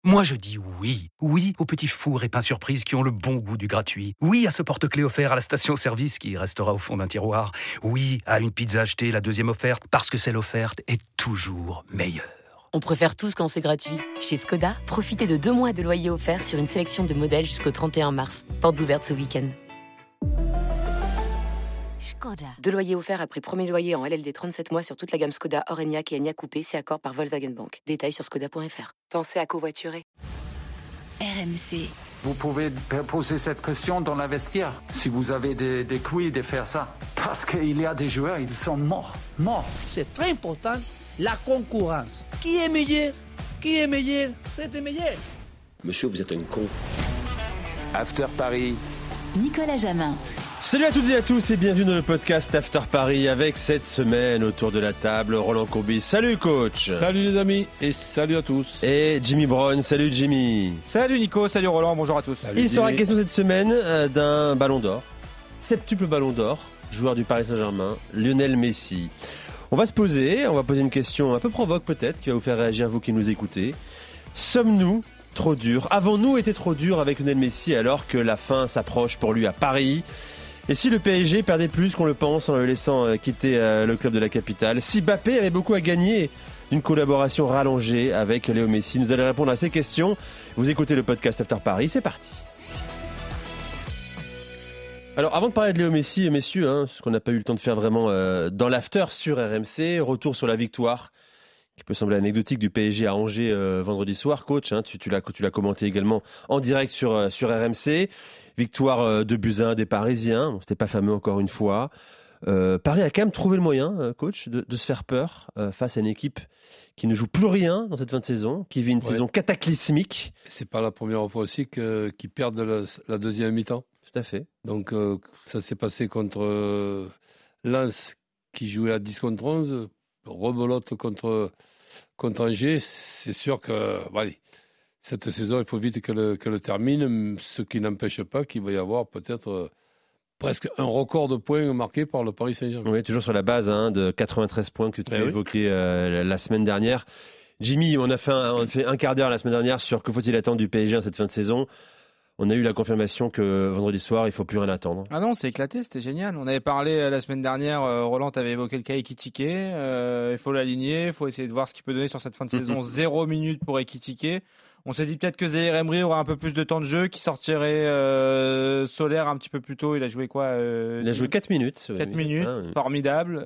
Moi je dis oui. Oui aux petits fours et pains surprises qui ont le bon goût du gratuit. Oui à ce porte-clés offert à la station-service qui restera au fond d'un tiroir. Oui à une pizza achetée, la deuxième offerte, parce que celle offerte est toujours meilleure. On préfère tous quand c'est gratuit. Chez Skoda, profitez de 2 mois de loyer offert sur une sélection de modèles jusqu'au 31 mars. Portes ouvertes ce week-end. 2 loyers offerts après premier loyer en LLD 37 mois sur toute la gamme Skoda, Orenia et Enyaq Coupé, si accord par Volkswagen Bank. Détails sur skoda.fr. Pensez à covoiturer. RMC. Vous pouvez poser cette question dans la vestiaire, si vous avez des couilles de faire ça. Parce qu'il y a des joueurs, ils sont morts. C'est très important, la concurrence. Qui est meilleur, c'est le meilleur. Monsieur, vous êtes un con. After Paris. Nicolas Jamin. Salut à toutes et à tous et bienvenue dans le podcast After Paris avec cette semaine autour de la table Roland Courbis. Salut coach. Salut les amis et salut à tous. Et Jimmy Brown. Salut Jimmy. Salut Nico, salut Roland, bonjour à tous. Salut. Il sera question cette semaine d'un ballon d'or, septuple ballon d'or, joueur du Paris Saint-Germain, Lionel Messi. On va poser une question un peu provoque peut-être, qui va vous faire réagir vous qui nous écoutez. Sommes-nous trop durs ? Avons-nous été trop durs avec Lionel Messi alors que la fin s'approche pour lui à Paris ? Et si le PSG perdait plus qu'on le pense en le laissant quitter le club de la capitale ? Si Mbappé avait beaucoup à gagner d'une collaboration rallongée avec Léo Messi ? Nous allons répondre à ces questions. Vous écoutez le podcast After Paris, c'est parti. Alors avant de parler de Léo Messi, messieurs, ce qu'on n'a pas eu le temps de faire vraiment dans l'after sur RMC, retour sur la victoire qui peut sembler anecdotique du PSG à Angers vendredi soir. Coach, tu l'as commenté également en direct sur RMC. Victoire 2-1 des Parisiens, c'était pas fameux encore une fois. Paris a quand même trouvé le moyen, coach, de se faire peur face à une équipe qui ne joue plus rien dans cette fin de saison, qui vit une saison cataclysmique. C'est pas la première fois aussi qu'ils perdent la deuxième mi-temps. Tout à fait. Donc ça s'est passé contre Lens qui jouait à 10 contre 11, rebelote contre Angers. C'est sûr que cette saison, il faut vite qu'elle le termine, ce qui n'empêche pas qu'il va y avoir peut-être presque un record de points marqués par le Paris Saint-Germain. Oui, toujours sur la base de 93 points que tu as évoqué la semaine dernière. Jimmy, on a fait un quart d'heure la semaine dernière sur que faut-il attendre du PSG en cette fin de saison. On a eu la confirmation que vendredi soir, il ne faut plus rien attendre. Ah non, c'est éclaté, c'était génial. On avait parlé la semaine dernière, Roland avait évoqué le cas Ekitike. Il faut l'aligner, il faut essayer de voir ce qu'il peut donner sur cette fin de saison. 0 minutes pour Ekitike. On s'est dit peut-être que Zaïre Emery aura un peu plus de temps de jeu, qui sortirait Solaire un petit peu plus tôt. Il a joué quoi Il a joué 4 minutes. 4 minutes, formidable.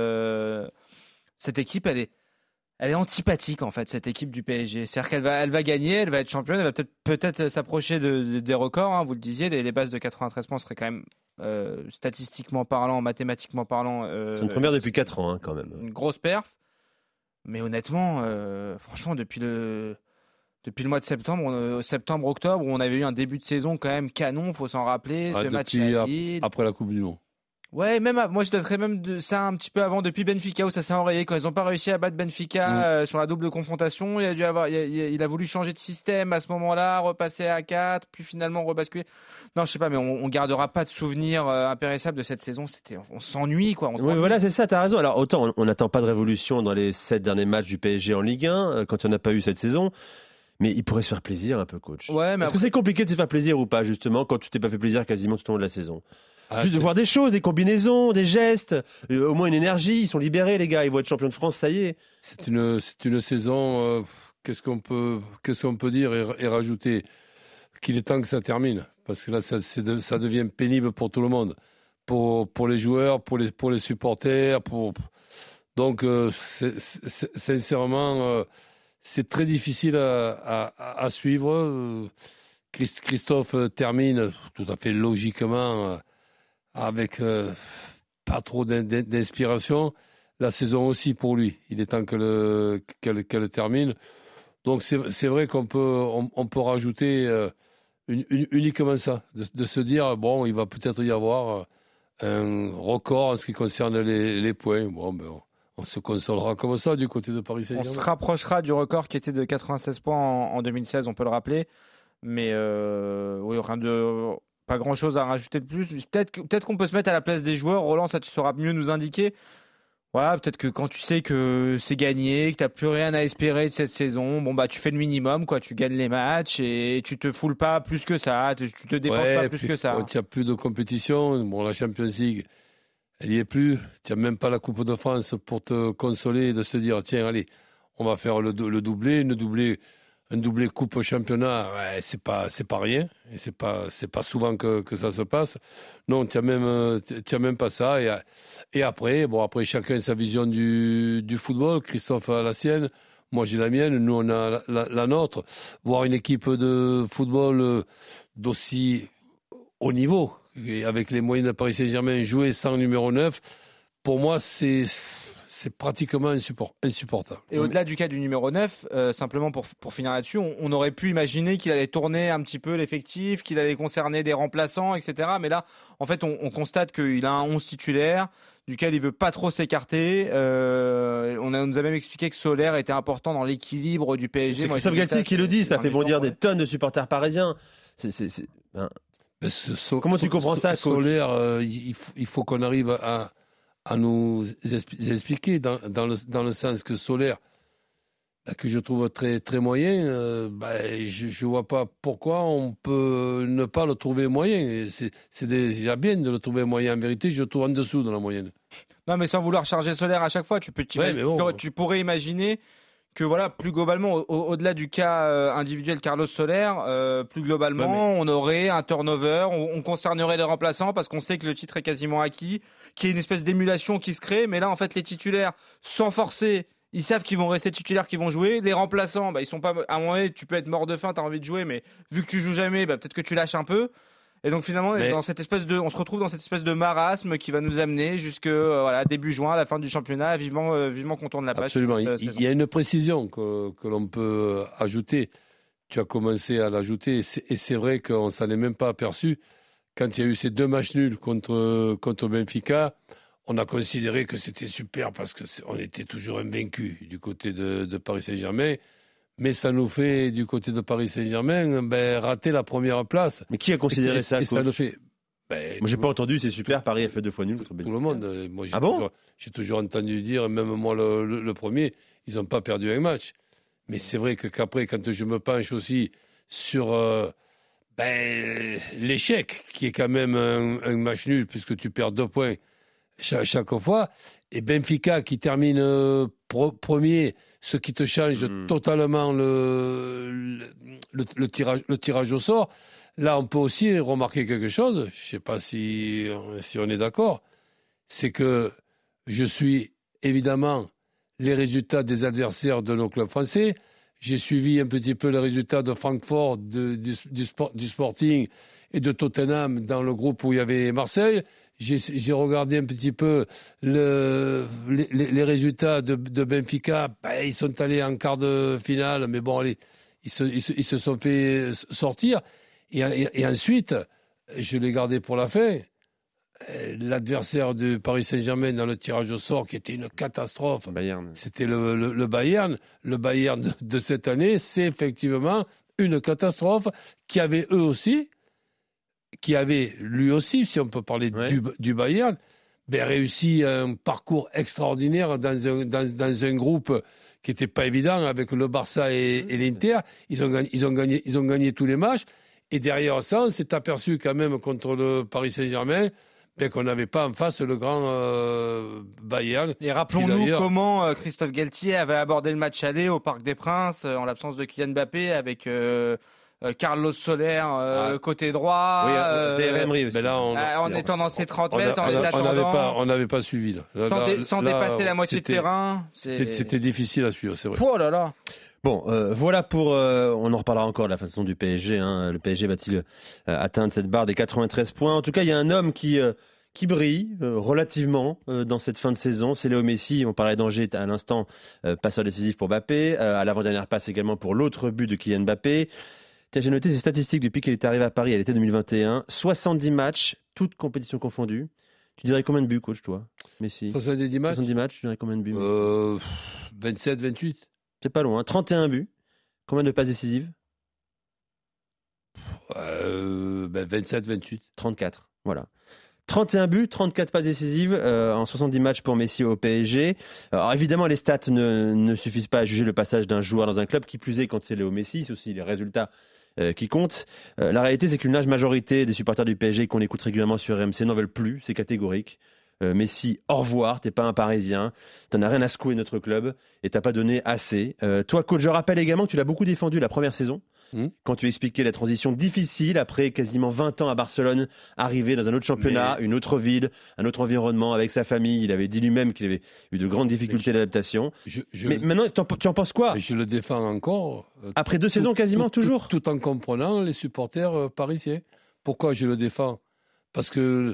Cette équipe, elle est antipathique en fait, cette équipe du PSG. C'est-à-dire qu'elle va gagner, elle va être championne, elle va peut-être s'approcher des records. Vous le disiez, les bases de 93 points seraient quand même statistiquement parlant, mathématiquement parlant. C'est une première depuis 4 ans quand même. Une grosse perf. Mais honnêtement, franchement, depuis le mois de septembre-octobre, où on avait eu un début de saison quand même canon, faut s'en rappeler. Ce match après la Coupe du Monde. Ouais, moi je daterais même de ça un petit peu avant, depuis Benfica, où ça s'est enrayé. Quand ils n'ont pas réussi à battre Benfica sur la double confrontation, il a voulu changer de système à ce moment-là, repasser à 4, puis finalement rebasculer. Non, je sais pas, mais on gardera pas de souvenirs impérissables de cette saison. On s'ennuie, quoi. Oui, voilà, c'est ça, t'as raison. Alors autant on n'attend pas de révolution dans les 7 derniers matchs du PSG en Ligue 1, quand il n'y en a pas eu cette saison. Mais il pourrait se faire plaisir un peu, coach. Ouais, mais Est-ce que c'est compliqué de se faire plaisir ou pas, justement, quand tu t'es pas fait plaisir quasiment tout au long de la saison ? Juste de voir des choses, des combinaisons, des gestes, au moins une énergie. Ils sont libérés, les gars. Ils vont être champions de France, ça y est. C'est une saison. Qu'est-ce qu'on peut dire et rajouter ? Qu'il est temps que ça termine, parce que là, ça devient pénible pour tout le monde, pour les joueurs, pour les supporters. Donc, sincèrement, c'est très difficile à suivre. Christophe termine tout à fait logiquement. Avec pas trop d'inspiration, la saison aussi pour lui. Il est temps qu'elle termine. Donc c'est vrai qu'on peut rajouter uniquement ça, de se dire bon, il va peut-être y avoir un record en ce qui concerne les points. Bon, on se consolera comme ça du côté de Paris Saint-Germain. On se rapprochera du record qui était de 96 points en 2016, on peut le rappeler. Mais oui, rien de... Pas grand-chose à rajouter de plus. Peut-être qu'on peut se mettre à la place des joueurs. Roland, ça tu sauras mieux nous indiquer. Voilà, peut-être que quand tu sais que c'est gagné, que tu n'as plus rien à espérer de cette saison, bon bah tu fais le minimum, quoi. Tu gagnes les matchs et tu te foules pas plus que ça, tu te dépenses pas plus que ça. Quand il n'y a plus de compétition, bon, la Champions League, elle n'y est plus. Tu n'as même pas la Coupe de France pour te consoler et de se dire, tiens, allez, on va faire le doublé, un doublé Coupe Championnat, ouais, c'est pas rien. Et c'est pas souvent que ça se passe. Non, tu n'as même pas ça. Et après, chacun a sa vision du football. Christophe a la sienne. Moi, j'ai la mienne. Nous, on a la nôtre. Voir une équipe de football d'aussi haut niveau, et avec les moyens de Paris Saint-Germain, jouer sans numéro 9, pour moi, c'est pratiquement insupportable. Et au-delà du cas du numéro 9, simplement pour finir là-dessus, on aurait pu imaginer qu'il allait tourner un petit peu l'effectif, qu'il allait concerner des remplaçants, etc. Mais là, en fait, on constate qu'il a un 11 titulaire, duquel il veut pas trop s'écarter. On nous a même expliqué que Soler était important dans l'équilibre du PSG. C'est Christophe Galtier qui le dit, ça fait bondir des tonnes de supporters parisiens. Comment tu comprends ça, Soler, il faut qu'on arrive à nous expliquer dans le sens que Soler, que je trouve très, très moyen, je vois pas pourquoi on peut ne pas le trouver moyen. C'est déjà bien de le trouver moyen. En vérité, je le trouve en dessous de la moyenne. Non, mais sans vouloir charger Soler à chaque fois, tu pourrais imaginer que voilà, plus globalement, au-delà du cas individuel Carlos Soler, plus globalement, on aurait un turnover, on concernerait les remplaçants parce qu'on sait que le titre est quasiment acquis, qu'il y a une espèce d'émulation qui se crée, mais là, en fait, les titulaires, sans forcer, ils savent qu'ils vont rester titulaires, qu'ils vont jouer. Les remplaçants, ils sont pas. À un moment donné, tu peux être mort de faim, tu as envie de jouer, mais vu que tu joues jamais, peut-être que tu lâches un peu. Et donc finalement, on se retrouve dans cette espèce de marasme qui va nous amener jusque début juin, à la fin du championnat. Vivement qu'on tourne la page. Absolument. Il y a une précision que l'on peut ajouter. Tu as commencé à l'ajouter, et c'est vrai qu'on ne s'en est même pas aperçu. Quand il y a eu ces 2 matchs nuls contre Benfica, on a considéré que c'était super parce qu'on était toujours invaincus du côté de Paris Saint-Germain. Mais ça nous fait, du côté de Paris Saint-Germain, rater la première place. Mais qui a considéré ça, coach ? Ça nous fait... moi, j'ai pas entendu, c'est super, Paris a fait 2 fois nul contre Benfica. Tout le monde. Moi, j'ai toujours entendu dire, même moi le premier, ils n'ont pas perdu un match. Mais c'est vrai qu'après, quand je me penche aussi sur l'échec, qui est quand même un match nul, puisque tu perds 2 points chaque fois, et Benfica qui termine premier, ce qui te change totalement le tirage au sort. Là, on peut aussi remarquer quelque chose, je ne sais pas si on est d'accord, c'est que je suis évidemment les résultats des adversaires de nos clubs français. J'ai suivi un petit peu les résultats de Francfort, du Sporting et de Tottenham dans le groupe où il y avait Marseille. J'ai regardé un petit peu les résultats de Benfica. Ils sont allés en quart de finale, mais bon, allez, ils se sont fait sortir. Et ensuite, je l'ai gardé pour la fin. L'adversaire de Paris Saint-Germain dans le tirage au sort, qui était une catastrophe, c'était le Bayern. Le Bayern de cette année, c'est effectivement une catastrophe qui avait lui aussi, si on peut parler du Bayern, réussi un parcours extraordinaire dans un groupe qui n'était pas évident avec le Barça et l'Inter. Ils ont gagné tous les matchs. Et derrière ça, on s'est aperçu quand même contre le Paris Saint-Germain qu'on n'avait pas en face le grand Bayern. Et rappelons-nous comment Christophe Galtier avait abordé le match aller au Parc des Princes en l'absence de Kylian Mbappé avec Carlos Soler côté droit. Oui, c'est Emery aussi. En étant dans ses 30 mètres, on n'avait pas suivi. Sans dépasser la moitié de terrain. C'était difficile à suivre, c'est vrai. Oh là là. Bon, voilà pour... on en reparlera encore de la façon du PSG. Le PSG va-t-il atteindre cette barre des 93 points ? En tout cas, il y a un homme qui brille relativement dans cette fin de saison. C'est Léo Messi. On parlait d'Angers à l'instant, passeur décisif pour Mbappé. À l'avant-dernière passe également pour l'autre but de Kylian Mbappé. Tiens, j'ai noté ses statistiques depuis qu'il est arrivé à Paris à l'été 2021. 70 matchs, toutes compétitions confondues. Tu dirais combien de buts, coach, toi, Messi ? 70 matchs. 70 matchs, tu dirais combien de buts ? 27, 28. C'est pas loin. 31 buts. Combien de passes décisives ? 27, 28. 34. Voilà. 31 buts, 34 passes décisives en 70 matchs pour Messi au PSG. Alors évidemment, les stats ne suffisent pas à juger le passage d'un joueur dans un club, qui plus est quand c'est Léo Messi, c'est aussi les résultats qui comptent. La réalité, c'est qu'une large majorité des supporters du PSG qu'on écoute régulièrement sur RMC n'en veulent plus, c'est catégorique. Messi, au revoir, t'es pas un Parisien, t'en as rien à secouer notre club et t'as pas donné assez. Toi, coach, je rappelle également que tu l'as beaucoup défendu la première saison, quand tu expliquais la transition difficile après quasiment 20 ans à Barcelone, arriver dans un autre championnat, une autre ville, un autre environnement avec sa famille. Il avait dit lui-même qu'il avait eu de grandes difficultés d'adaptation. Mais maintenant, tu en penses quoi? Je le défends encore. Après 2 saisons quasiment, toujours tout en comprenant les supporters parisiens. Pourquoi je le défends? Parce que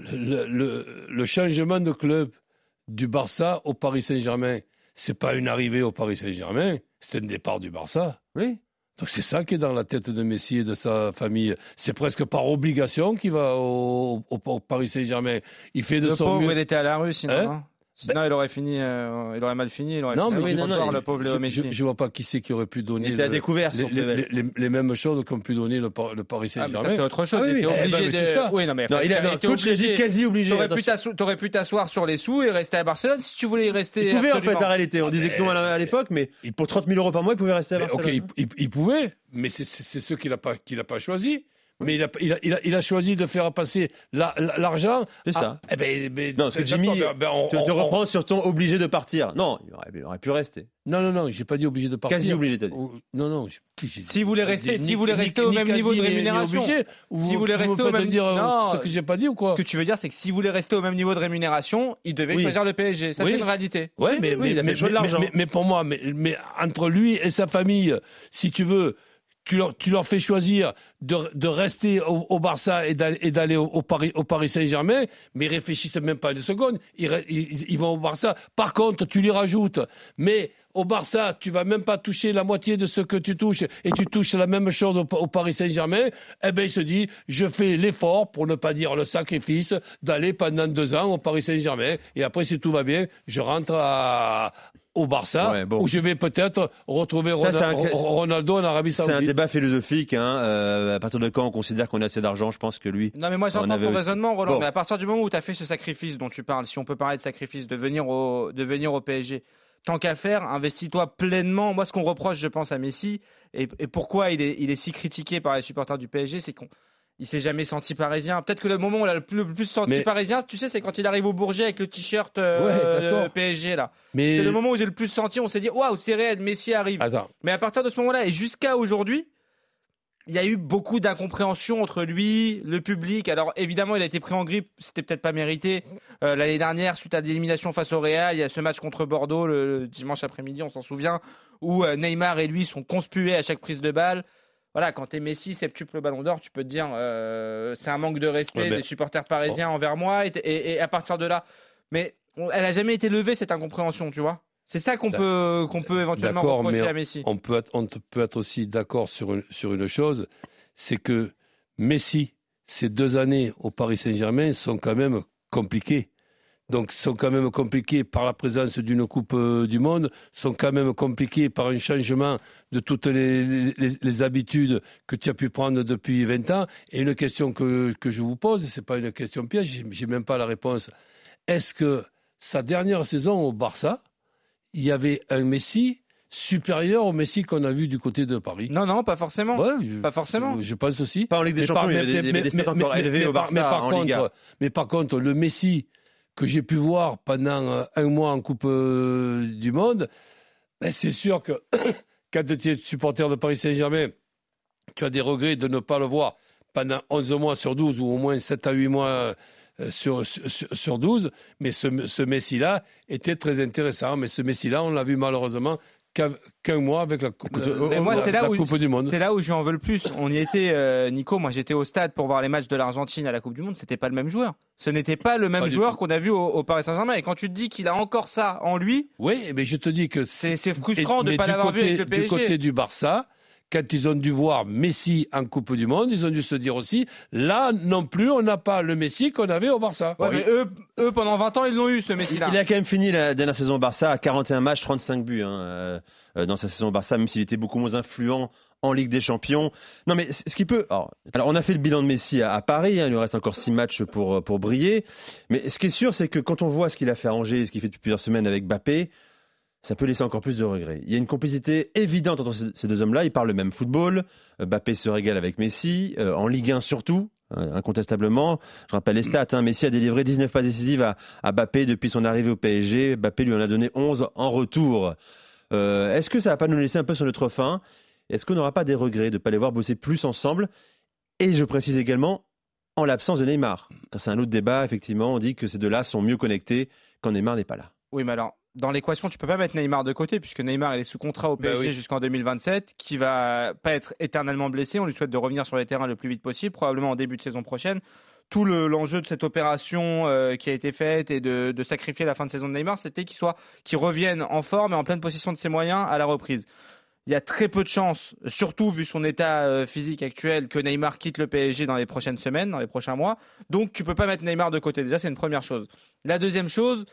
le changement de club du Barça au Paris Saint-Germain, c'est pas une arrivée au Paris Saint-Germain, c'est un départ du Barça. Oui. Donc c'est ça qui est dans la tête de Messi et de sa famille. C'est presque par obligation qu'il va au Paris Saint-Germain. Il fait de le son pauvre, mieux. il était à la rue sinon. Hein sinon, il aurait fini, il aurait mal fini. Il aurait non, fini. mais le pauvre Léo Messi. Je vois pas qui c'est qui aurait pu donner. Il était à découvert. Les mêmes choses qu'ont pu donner le Paris Saint-Germain. Ah, mais ça, c'est autre chose. Il était obligé de. C'est ça. Oui, non, mais. Coach l'a dit quasi obligé. T'aurais pu t'asseoir sur les sous et rester à Barcelone si tu voulais y rester. Il pouvait en fait, la réalité. On disait que non à l'époque, mais pour 30 000 € par mois, il pouvait rester à Barcelone. Ok, il pouvait, mais c'est ce qu'il a pas choisi. Mais il a choisi de faire passer l'argent. C'est ça. Non, parce que Jimmy, te reprends sur ton obligé de partir. Non, il aurait pu rester. Non, j'ai pas dit obligé de partir. Quasi obligé, t'as dit. Non. Si vous voulez rester au même niveau de rémunération. Si vous voulez rester au même niveau. Non, ce que j'ai pas dit ou quoi? Ce que tu veux dire, c'est que si vous voulez rester au même niveau de rémunération, il devait choisir le PSG. Ça, c'est une réalité. Oui, mais il a fait le choix de l'argent. Mais pour moi, mais entre lui et sa famille, si tu veux. Tu leur fais choisir de rester au Barça et d'aller au Paris Saint-Germain, mais ils réfléchissent même pas une seconde. Ils vont au Barça. Par contre, tu lui rajoutes. Mais au Barça, tu vas même pas toucher la moitié de ce que tu touches et tu touches la même chose au Paris Saint-Germain. Eh ben, il se dit, je fais l'effort, pour ne pas dire le sacrifice, d'aller pendant 2 ans au Paris Saint-Germain. Et après, si tout va bien, je rentre au Barça, où je vais peut-être retrouver Ronaldo en Arabie Saoudite. C'est un débat philosophique. À partir de quand on considère qu'on a assez d'argent, je pense que lui. Non, mais moi j'entends ton raisonnement, Roland. Mais à partir du moment où tu as fait ce sacrifice dont tu parles, si on peut parler de sacrifice, de venir au PSG, tant qu'à faire, investis-toi pleinement. Moi, ce qu'on reproche, je pense, à Messi, et pourquoi il est si critiqué par les supporters du PSG, c'est il s'est jamais senti parisien. Peut-être que le moment où il a le plus senti parisien, tu sais, c'est quand il arrive au Bourget avec le t-shirt PSG là. C'est le moment où j'ai le plus senti. On s'est dit, waouh, c'est réel, Messi arrive. Attends. Mais à partir de ce moment-là et jusqu'à aujourd'hui, il y a eu beaucoup d'incompréhension entre lui, le public. Alors évidemment, il a été pris en grippe, c'était peut-être pas mérité. L'année dernière, suite à l'élimination face au Real, il y a ce match contre Bordeaux le dimanche après-midi, on s'en souvient, où Neymar et lui sont conspués à chaque prise de balle. Voilà, quand t'es Messi, septuple Ballon d'Or, tu peux te dire c'est un manque de respect des supporters parisiens envers moi. Et à partir de là, mais elle a jamais été levée cette incompréhension, tu vois. C'est ça qu'on peut éventuellement reprocher à Messi. On peut être aussi d'accord sur une chose, c'est que Messi, ces 2 années au Paris Saint-Germain sont quand même compliquées. Donc, sont quand même compliqués par la présence d'une Coupe du Monde, sont quand même compliqués par un changement de toutes les habitudes que tu as pu prendre depuis 20 ans. Et une question que je vous pose, et ce n'est pas une question piège, je n'ai même pas la réponse. Est-ce que sa dernière saison au Barça, il y avait un Messi supérieur au Messi qu'on a vu du côté de Paris? Non, pas forcément. Pas forcément. Je pense aussi. Pas en Ligue des Champions, il y avait des stats encore élevés au Barça en Liga. Mais par contre, le Messi que j'ai pu voir pendant 1 mois en Coupe du Monde, c'est sûr que quand tu es supporter de Paris Saint-Germain, tu as des regrets de ne pas le voir pendant 11 mois sur 12 ou au moins 7 à 8 mois sur 12. Mais ce Messi-là était très intéressant. Mais ce Messi-là, on l'a vu malheureusement qu'un mois avec la Coupe du Monde. C'est là où je lui en veux le plus. On y était, Nico, moi j'étais au stade pour voir les matchs de l'Argentine à la Coupe du Monde, c'était pas le même joueur. Ce n'était pas le même joueur qu'on a vu au Paris Saint-Germain. Et quand tu te dis qu'il a encore ça en lui, oui, mais je te dis que c'est frustrant de ne pas l'avoir vu avec le PSG. Du côté du Barça, quand ils ont dû voir Messi en Coupe du Monde, ils ont dû se dire aussi, là non plus, on n'a pas le Messi qu'on avait au Barça. Ouais, mais eux, pendant 20 ans, ils l'ont eu, ce Messi-là. Il a quand même fini la dernière saison au Barça à 41 matchs, 35 buts dans sa saison au Barça, même s'il était beaucoup moins influent en Ligue des Champions. Non, mais ce qui peut... Alors, on a fait le bilan de Messi à Paris, il lui reste encore 6 matchs pour briller. Mais ce qui est sûr, c'est que quand on voit ce qu'il a fait à Angers, ce qu'il fait depuis plusieurs semaines avec Mbappé, ça peut laisser encore plus de regrets. Il y a une complicité évidente entre ces deux hommes-là. Ils parlent le même football. Mbappé se régale avec Messi, en Ligue 1 surtout, incontestablement. Je rappelle les stats. Messi a délivré 19 passes décisives à Mbappé depuis son arrivée au PSG. Mbappé lui en a donné 11 en retour. Est-ce que ça ne va pas nous laisser un peu sur notre faim ? Est-ce qu'on n'aura pas des regrets de ne pas les voir bosser plus ensemble ? Et je précise également, en l'absence de Neymar. Car c'est un autre débat, effectivement. On dit que ces deux-là sont mieux connectés quand Neymar n'est pas là. Oui, mais alors, dans l'équation, tu peux pas mettre Neymar de côté, puisque Neymar il est sous contrat au PSG jusqu'en 2027, qui va pas être éternellement blessé. On lui souhaite de revenir sur les terrains le plus vite possible, probablement en début de saison prochaine. Tout l'enjeu de cette opération qui a été faite et de sacrifier la fin de saison de Neymar, c'était qu'il revienne en forme et en pleine possession de ses moyens à la reprise. Il y a très peu de chances, surtout vu son état physique actuel, que Neymar quitte le PSG dans les prochaines semaines, dans les prochains mois. Donc tu peux pas mettre Neymar de côté. Déjà, c'est une première chose. La deuxième chose,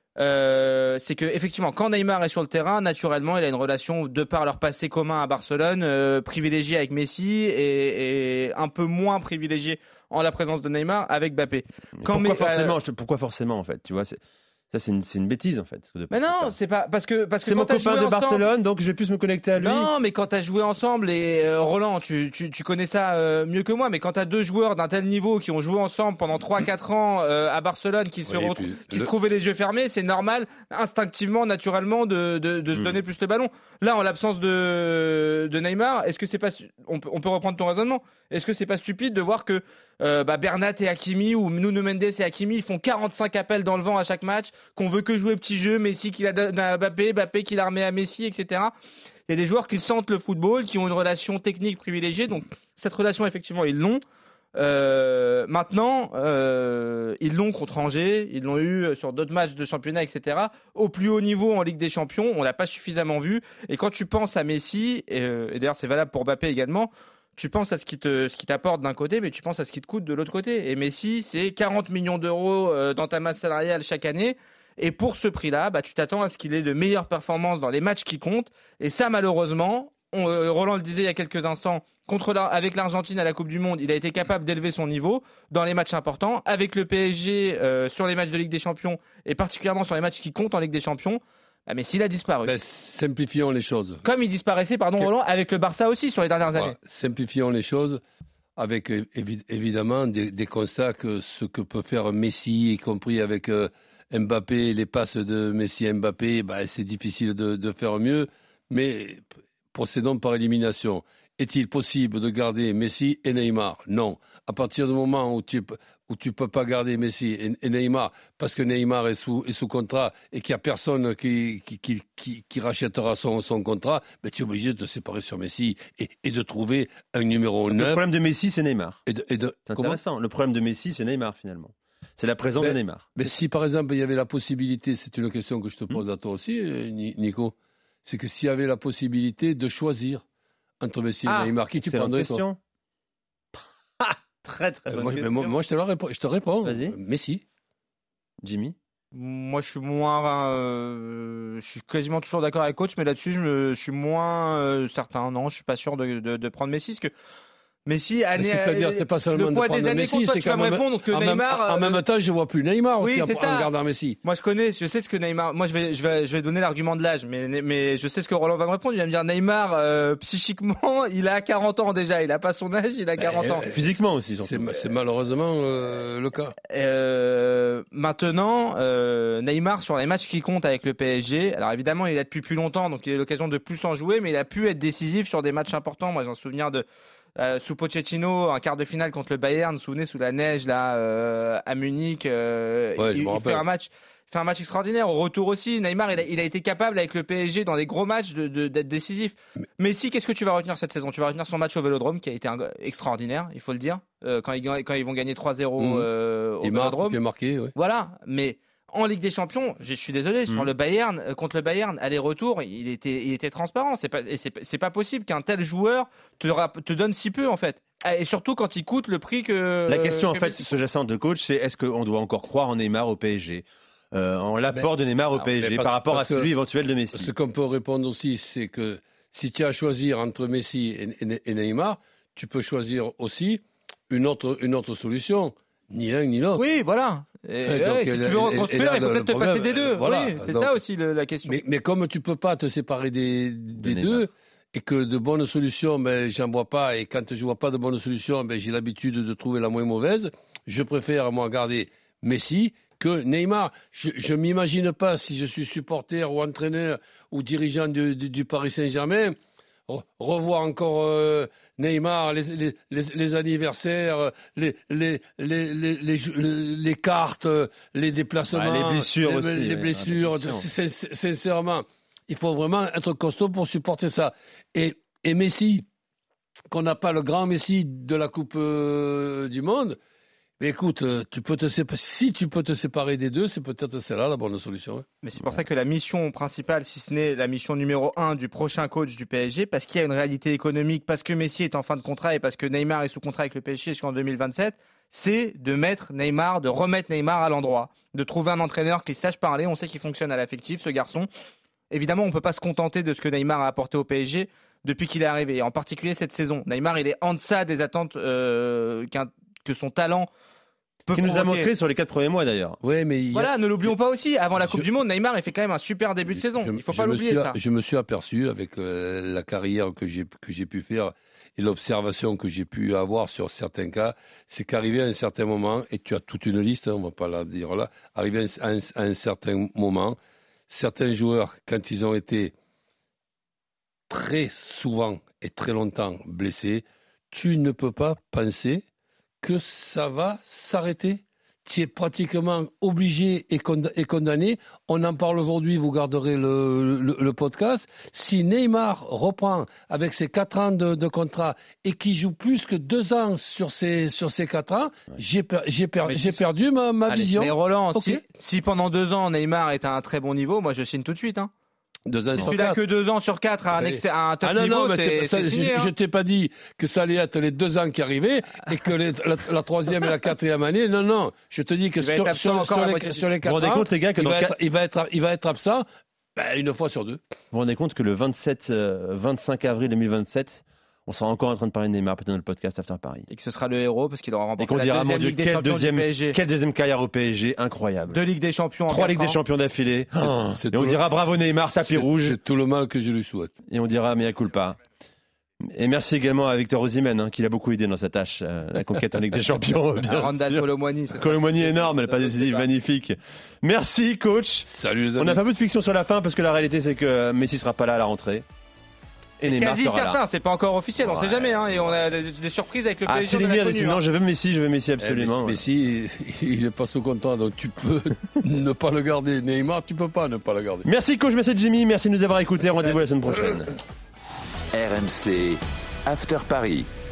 c'est que effectivement, quand Neymar est sur le terrain, naturellement, il a une relation de par leur passé commun à Barcelone, privilégiée avec Messi et un peu moins privilégiée en la présence de Neymar avec Mbappé. Pourquoi forcément en fait, tu vois, ça c'est une bêtise en fait. Mais non, c'est pas parce que c'est mon copain de Barcelone, donc je vais plus me connecter à lui. Non, mais quand tu as joué ensemble et Roland, tu connais ça mieux que moi, mais quand tu as deux joueurs d'un tel niveau qui ont joué ensemble pendant 3-4 ans à Barcelone, qui se trouvaient les yeux fermés, c'est normal, instinctivement, naturellement, de se donner plus le ballon. Là, en l'absence de Neymar, est-ce que c'est pas on peut reprendre ton raisonnement? Est-ce que c'est pas stupide de voir que Bernat et Hakimi ou Nuno Mendes et Hakimi font 45 appels dans le vent à chaque match, qu'on veut que jouer petit jeu, Messi qui l'a donné à Mbappé qui l'a remis à Messi, etc. Il y a des joueurs qui sentent le football, qui ont une relation technique privilégiée, donc cette relation effectivement ils l'ont. Maintenant, ils l'ont contre Angers, ils l'ont eu sur d'autres matchs de championnat, etc. Au plus haut niveau en Ligue des Champions, on l'a pas suffisamment vu. Et quand tu penses à Messi, et d'ailleurs c'est valable pour Mbappé également, tu penses à ce qui t'apporte d'un côté, mais tu penses à ce qui te coûte de l'autre côté. Et Messi, c'est 40 millions d'euros dans ta masse salariale chaque année. Et pour ce prix-là, tu t'attends à ce qu'il ait de meilleures performances dans les matchs qui comptent. Et ça, malheureusement, Roland le disait il y a quelques instants, avec l'Argentine à la Coupe du Monde, il a été capable d'élever son niveau dans les matchs importants. Avec le PSG sur les matchs de Ligue des Champions, et particulièrement sur les matchs qui comptent en Ligue des Champions, mais s'il a disparu. Simplifions les choses. Comme il disparaissait, Roland, avec le Barça aussi sur les dernières années. Simplifions les choses avec évidemment des constats que ce que peut faire Messi, y compris avec Mbappé, les passes de Messi à Mbappé, c'est difficile de faire mieux, mais procédons par élimination. Est-il possible de garder Messi et Neymar? Non. À partir du moment où tu peux pas garder Messi et Neymar, parce que Neymar est sous contrat et qu'il y a personne qui rachètera son contrat, tu es obligé de te séparer sur Messi et de trouver un numéro 9. Le problème de Messi, c'est Neymar. C'est intéressant. Le problème de Messi, c'est Neymar finalement. C'est la présence de Neymar. Mais si par exemple il y avait la possibilité, c'est une question que je te pose à toi aussi, Nico, c'est que s'il y avait la possibilité de choisir entre Messi et Neymar, qui tu prendrais question. Très très bonne question. Moi je te réponds. Vas-y. Messi. Jimmy. Moi je suis quasiment toujours d'accord avec coach, mais là-dessus je suis moins certain. Non, je suis pas sûr de prendre Messi, parce que Messi, c'est-à-dire, c'est pas seulement le poids des années Messi, c'est quand même répondre que Neymar. En même temps, je vois plus Neymar aussi en regardant Messi. Moi, je sais ce que Neymar. Moi, je vais donner l'argument de l'âge, mais je sais ce que Roland va me répondre. Il va me dire Neymar, psychiquement, il a 40 ans déjà. Il a pas son âge, il a 40 ans. Physiquement aussi. C'est malheureusement le cas. Maintenant, Neymar sur les matchs qui comptent avec le PSG. Alors évidemment, il est là depuis plus longtemps, donc il a l'occasion de plus en jouer, mais il a pu être décisif sur des matchs importants. Moi, j'ai un souvenir sous Pochettino, un quart de finale contre le Bayern, vous vous souvenez, sous la neige là à Munich, il fait un match extraordinaire. Au retour aussi, Neymar, il a été capable avec le PSG dans des gros matchs d'être décisif. Messi, qu'est-ce que tu vas retenir cette saison? Tu vas retenir son match au Vélodrome qui a été extraordinaire, il faut le dire, quand ils vont gagner 3-0 au Vélodrome. Il marqué, oui. Voilà, mais en Ligue des Champions, je suis désolé, sur le Bayern, contre le Bayern, aller-retour, il était transparent. C'est pas possible qu'un tel joueur te donne si peu, en fait. Et surtout quand il coûte le prix que. La question, en fait, sous-jacente de coach, c'est est-ce qu'on doit encore croire en Neymar au PSG, en l'apport de Neymar au PSG par rapport à celui éventuel de Messi? Ce qu'on peut répondre aussi, c'est que si tu as à choisir entre Messi et Neymar, tu peux choisir aussi une autre solution. Ni l'un ni l'autre. Oui, voilà. Si tu veux reconstruire, il faut peut-être te passer des deux. Voilà. Oui, c'est ça aussi la question. Mais comme tu peux pas te séparer des deux, et que de bonnes solutions, j'en vois pas, et quand je vois pas de bonnes solutions, j'ai l'habitude de trouver la moins mauvaise, je préfère, moi, garder Messi que Neymar. Je m'imagine pas, si je suis supporter ou entraîneur ou dirigeant du Paris Saint-Germain, revoir encore Neymar, les anniversaires, les cartes, les déplacements, les blessures aussi. Les blessures, sincèrement, il faut vraiment être costaud pour supporter ça. Et Messi, qu'on n'a pas le grand Messi de la Coupe du Monde, mais écoute, si tu peux te séparer des deux, c'est peut-être celle-là la bonne solution. Hein. Mais c'est pour ça que la mission principale, si ce n'est la mission numéro 1 du prochain coach du PSG, parce qu'il y a une réalité économique, parce que Messi est en fin de contrat et parce que Neymar est sous contrat avec le PSG jusqu'en 2027, c'est de remettre Neymar à l'endroit, de trouver un entraîneur qui sache parler. On sait qu'il fonctionne à l'affectif, ce garçon. Évidemment, on ne peut pas se contenter de ce que Neymar a apporté au PSG depuis qu'il est arrivé, et en particulier cette saison. Neymar, il est en deçà des attentes que son talent peut nous a montré sur les 4 premiers mois d'ailleurs. Ouais, mais ne l'oublions pas aussi. Avant la Coupe du Monde, Neymar, il fait quand même un super début de saison. Il ne faut pas l'oublier. Je me suis aperçu avec la carrière que j'ai pu faire et l'observation que j'ai pu avoir sur certains cas, c'est qu'arrivé à un certain moment, et tu as toute une liste, on ne va pas la dire là, arrivé à un certain moment, certains joueurs, quand ils ont été très souvent et très longtemps blessés, tu ne peux pas penser que ça va s'arrêter. Tu es pratiquement obligé et condamné. On en parle aujourd'hui, vous garderez le podcast. Si Neymar reprend avec ses 4 ans de contrat et qu'il joue plus que 2 ans sur ces 4 ans, j'ai perdu ma vision. Mais Roland, si pendant 2 ans Neymar est à un très bon niveau, moi je signe tout de suite. 2 ans sur 4. Tu n'as que 2 ans sur 4 à un top niveau, c'est signé. Je t'ai pas dit que ça allait être les 2 ans qui arrivaient et que la 3e et la 4e année. Non. Je te dis que sur les 4 ans, vous rendez compte, les gars, que il va être absent une fois sur 2. Vous vous rendez compte que le 25 avril 2027, on sera encore en train de parler de Neymar, peut-être dans le podcast After Paris. Et que ce sera le héros parce qu'il aura remporté la deuxième Ligue des Champions du PSG. Quelle deuxième carrière au PSG, incroyable. 2 Ligues des Champions 3 Ligues des Champions d'affilée. Et on dira bravo Neymar, tapis rouge. C'est tout le mal que je lui souhaite. Et on dira mea culpa. Et merci également à Victor Osimhen, qui l'a beaucoup aidé dans sa tâche, la conquête en Ligue des Champions. Randal Colomwani énorme, elle pas décisive, magnifique. Merci coach. Salut les amis. On a pas peu de fiction sur la fin parce que la réalité c'est que Messi sera pas là à la rentrée. Et Neymar quasi certain, c'est pas encore officiel, on sait jamais. Et on a des surprises avec le PSG. C'est les non, je veux Messi absolument. Messi, il est pas sous contrat, donc tu peux ne pas le garder. Neymar, tu peux pas ne pas le garder. Merci coach, merci Jimmy, merci de nous avoir écoutés. Rendez-vous la semaine prochaine. RMC After Paris.